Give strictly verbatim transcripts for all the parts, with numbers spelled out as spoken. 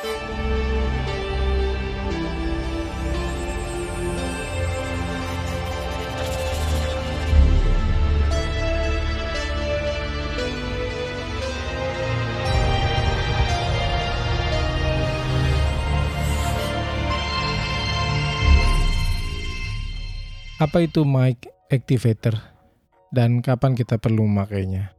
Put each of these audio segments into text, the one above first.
Apa itu mic activator dan kapan kita perlu memakainya?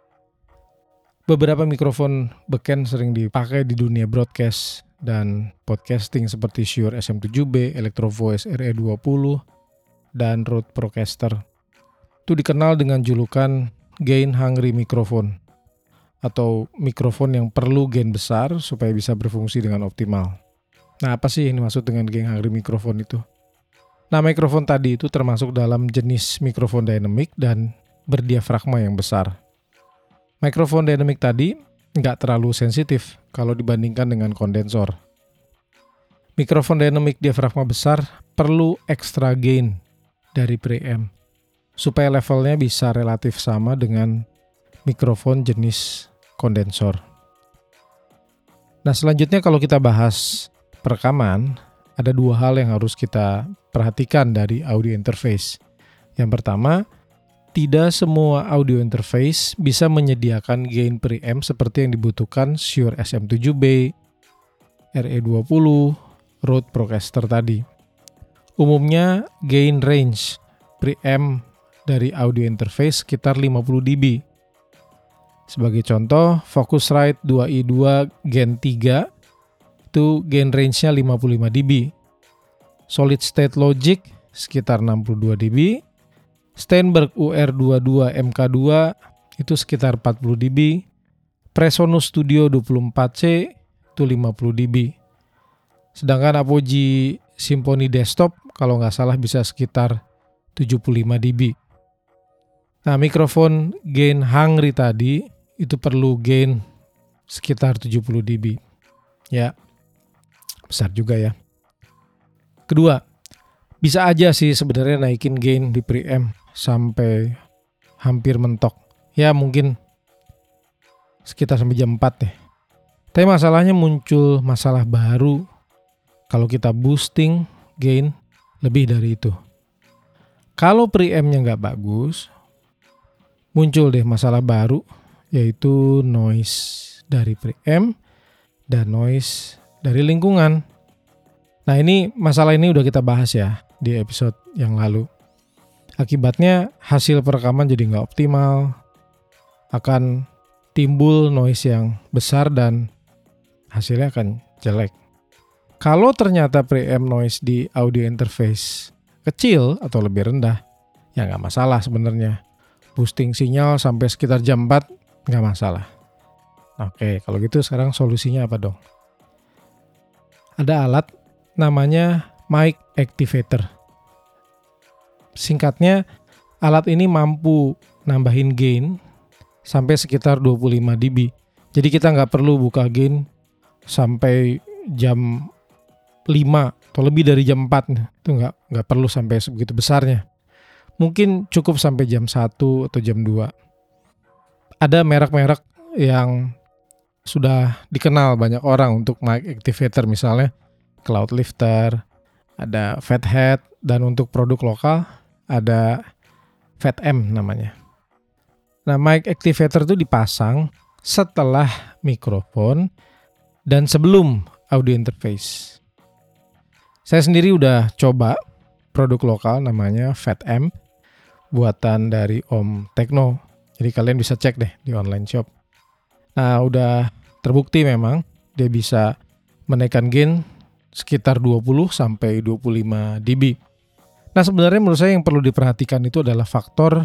Beberapa mikrofon beken sering dipakai di dunia broadcast dan podcasting seperti Shure S M tujuh B, Electro-Voice R E dua puluh, dan Rode Procaster. Itu dikenal dengan julukan gain hungry microphone atau mikrofon yang perlu gain besar supaya bisa berfungsi dengan optimal. Nah, apa sih yang dimaksud dengan gain hungry microphone itu? Nah, mikrofon tadi itu termasuk dalam jenis mikrofon dynamic dan berdiafragma yang besar. Mikrofon dynamic tadi nggak terlalu sensitif kalau dibandingkan dengan kondensor. Mikrofon dynamic diafragma besar perlu extra gain dari preamp supaya levelnya bisa relatif sama dengan mikrofon jenis kondensor. Nah, selanjutnya kalau kita bahas perekaman, ada dua hal yang harus kita perhatikan dari audio interface. Yang pertama, tidak semua audio interface bisa menyediakan gain preamp seperti yang dibutuhkan Shure S M tujuh B, R E dua puluh, Rode Procaster tadi. Umumnya gain range preamp dari audio interface sekitar lima puluh decibel. Sebagai contoh, Focusrite dua i dua Gen tiga itu gain range-nya lima puluh lima decibel. Solid State Logic sekitar enam puluh dua decibel. Steinberg U R dua puluh dua M K dua itu sekitar empat puluh decibel. Presonus Studio dua puluh empat C itu lima puluh decibel. Sedangkan Apogee Symphony Desktop kalau nggak salah bisa sekitar tujuh puluh lima decibel. Nah, mikrofon gain hungry tadi itu perlu gain sekitar tujuh puluh decibel. Ya, besar juga ya. Kedua, bisa aja sih sebenarnya naikin gain di preamp sampai hampir mentok. Ya mungkin sekitar sampai jam empat deh. Tapi masalahnya muncul masalah baru kalau kita boosting gain lebih dari itu. Kalau preampnya nggak bagus, muncul deh masalah baru, yaitu noise dari preamp dan noise dari lingkungan. Nah, ini masalah ini udah kita bahas ya di episode yang lalu. Akibatnya hasil perekaman jadi nggak optimal, akan timbul noise yang besar dan hasilnya akan jelek. Kalau ternyata preamp noise di audio interface kecil atau lebih rendah, ya nggak masalah sebenarnya. Boosting sinyal sampai sekitar jam empat nggak masalah. Oke, kalau gitu sekarang solusinya apa dong? Ada alat namanya mic activator. Singkatnya, alat ini mampu nambahin gain sampai sekitar dua puluh lima decibel. Jadi kita nggak perlu buka gain sampai jam lima atau lebih dari jam empat. Itu nggak, nggak perlu sampai sebegitu besarnya. Mungkin cukup sampai jam satu atau jam dua. Ada merek-merek yang sudah dikenal banyak orang untuk mic activator, misalnya Cloudlifter, ada Fathead, dan untuk produk lokal ada Fatham namanya. Nah, mic activator itu dipasang setelah mikrofon dan sebelum audio interface. Saya sendiri udah coba produk lokal namanya Fatham, buatan dari Om Tekno. Jadi kalian bisa cek deh di online shop. Nah, udah terbukti memang dia bisa menaikkan gain sekitar dua puluh sampai dua puluh lima decibel. Nah, sebenarnya menurut saya yang perlu diperhatikan itu adalah faktor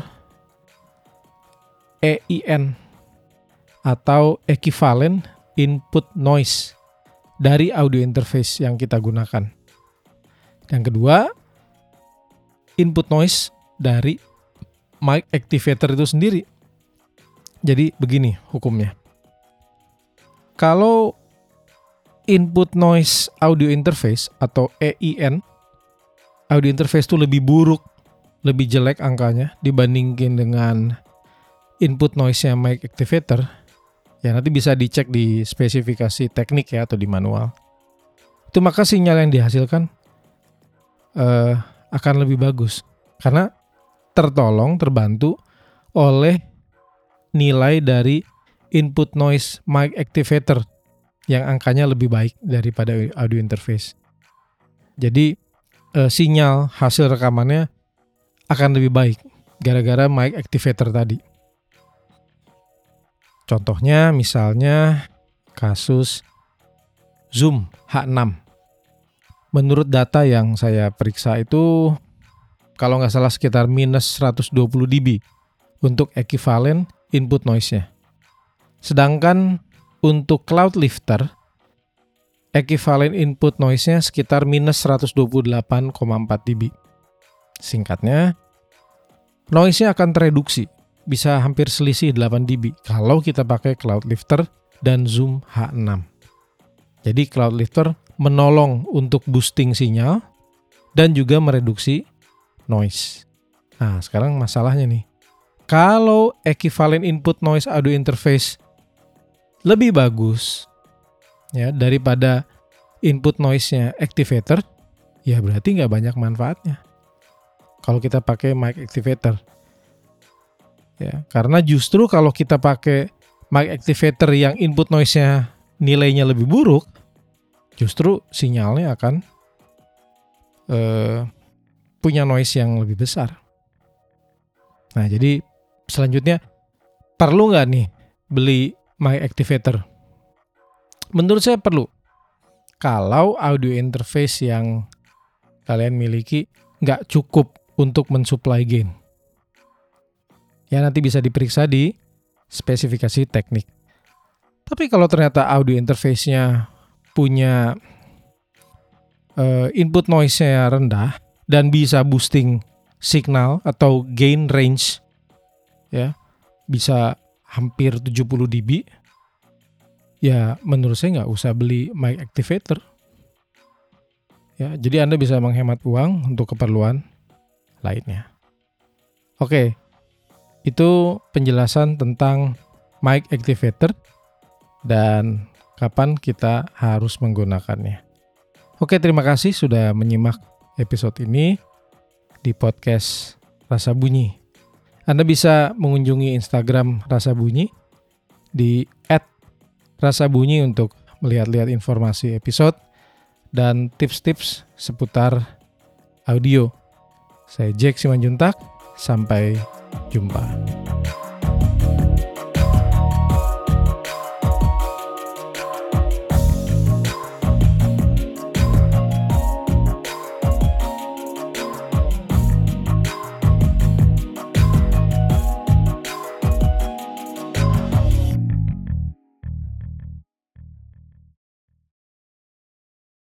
E I N atau equivalent input noise dari audio interface yang kita gunakan. Yang kedua, input noise dari mic activator itu sendiri. Jadi begini hukumnya. Kalau input noise audio interface atau E I N audio interface itu lebih buruk, lebih jelek angkanya dibandingin dengan input noise-nya mic activator, Ya nanti bisa dicek di spesifikasi teknik ya atau di manual. Itu maka sinyal yang dihasilkan uh, akan lebih bagus karena tertolong, terbantu oleh nilai dari input noise mic activator yang angkanya lebih baik daripada audio interface. Jadi uh, sinyal hasil rekamannya akan lebih baik gara-gara mic activator tadi. Contohnya misalnya kasus Zoom H enam. Menurut data yang saya periksa itu kalau nggak salah sekitar minus seratus dua puluh decibel untuk ekivalen input noise-nya. Sedangkan untuk Cloudlifter, ekivalen input noise-nya sekitar minus seratus dua puluh delapan koma empat decibel. Singkatnya, noise-nya akan tereduksi, bisa hampir selisih delapan decibel kalau kita pakai Cloudlifter dan Zoom H enam. Jadi Cloudlifter menolong untuk boosting sinyal dan juga mereduksi noise. Nah, sekarang masalahnya nih. Kalau ekivalen input noise audio interface lebih bagus ya daripada input noise-nya activator, ya berarti nggak banyak manfaatnya. Kalau kita pakai mic activator. Ya, karena justru kalau kita pakai mic activator yang input noise-nya nilainya lebih buruk, justru sinyalnya akan uh, punya noise yang lebih besar. Nah, jadi selanjutnya perlu nggak nih beli mic activator? Menurut saya perlu. Kalau audio interface yang kalian miliki nggak cukup untuk mensuplai gain. Ya nanti bisa diperiksa di spesifikasi teknik. Tapi kalau ternyata audio interface-nya punya uh, input noise-nya rendah dan bisa boosting signal atau gain range ya bisa hampir tujuh puluh decibel, ya menurut saya nggak usah beli mic activator. Ya, jadi Anda bisa menghemat uang untuk keperluan lainnya. Oke, itu penjelasan tentang mic activator dan kapan kita harus menggunakannya. Oke, terima kasih sudah menyimak episode ini di podcast Rasa Bunyi. Anda bisa mengunjungi Instagram Rasa Bunyi di et rasa bunyi untuk melihat-lihat informasi episode dan tips-tips seputar audio. Saya Jack Simanjuntak, sampai jumpa.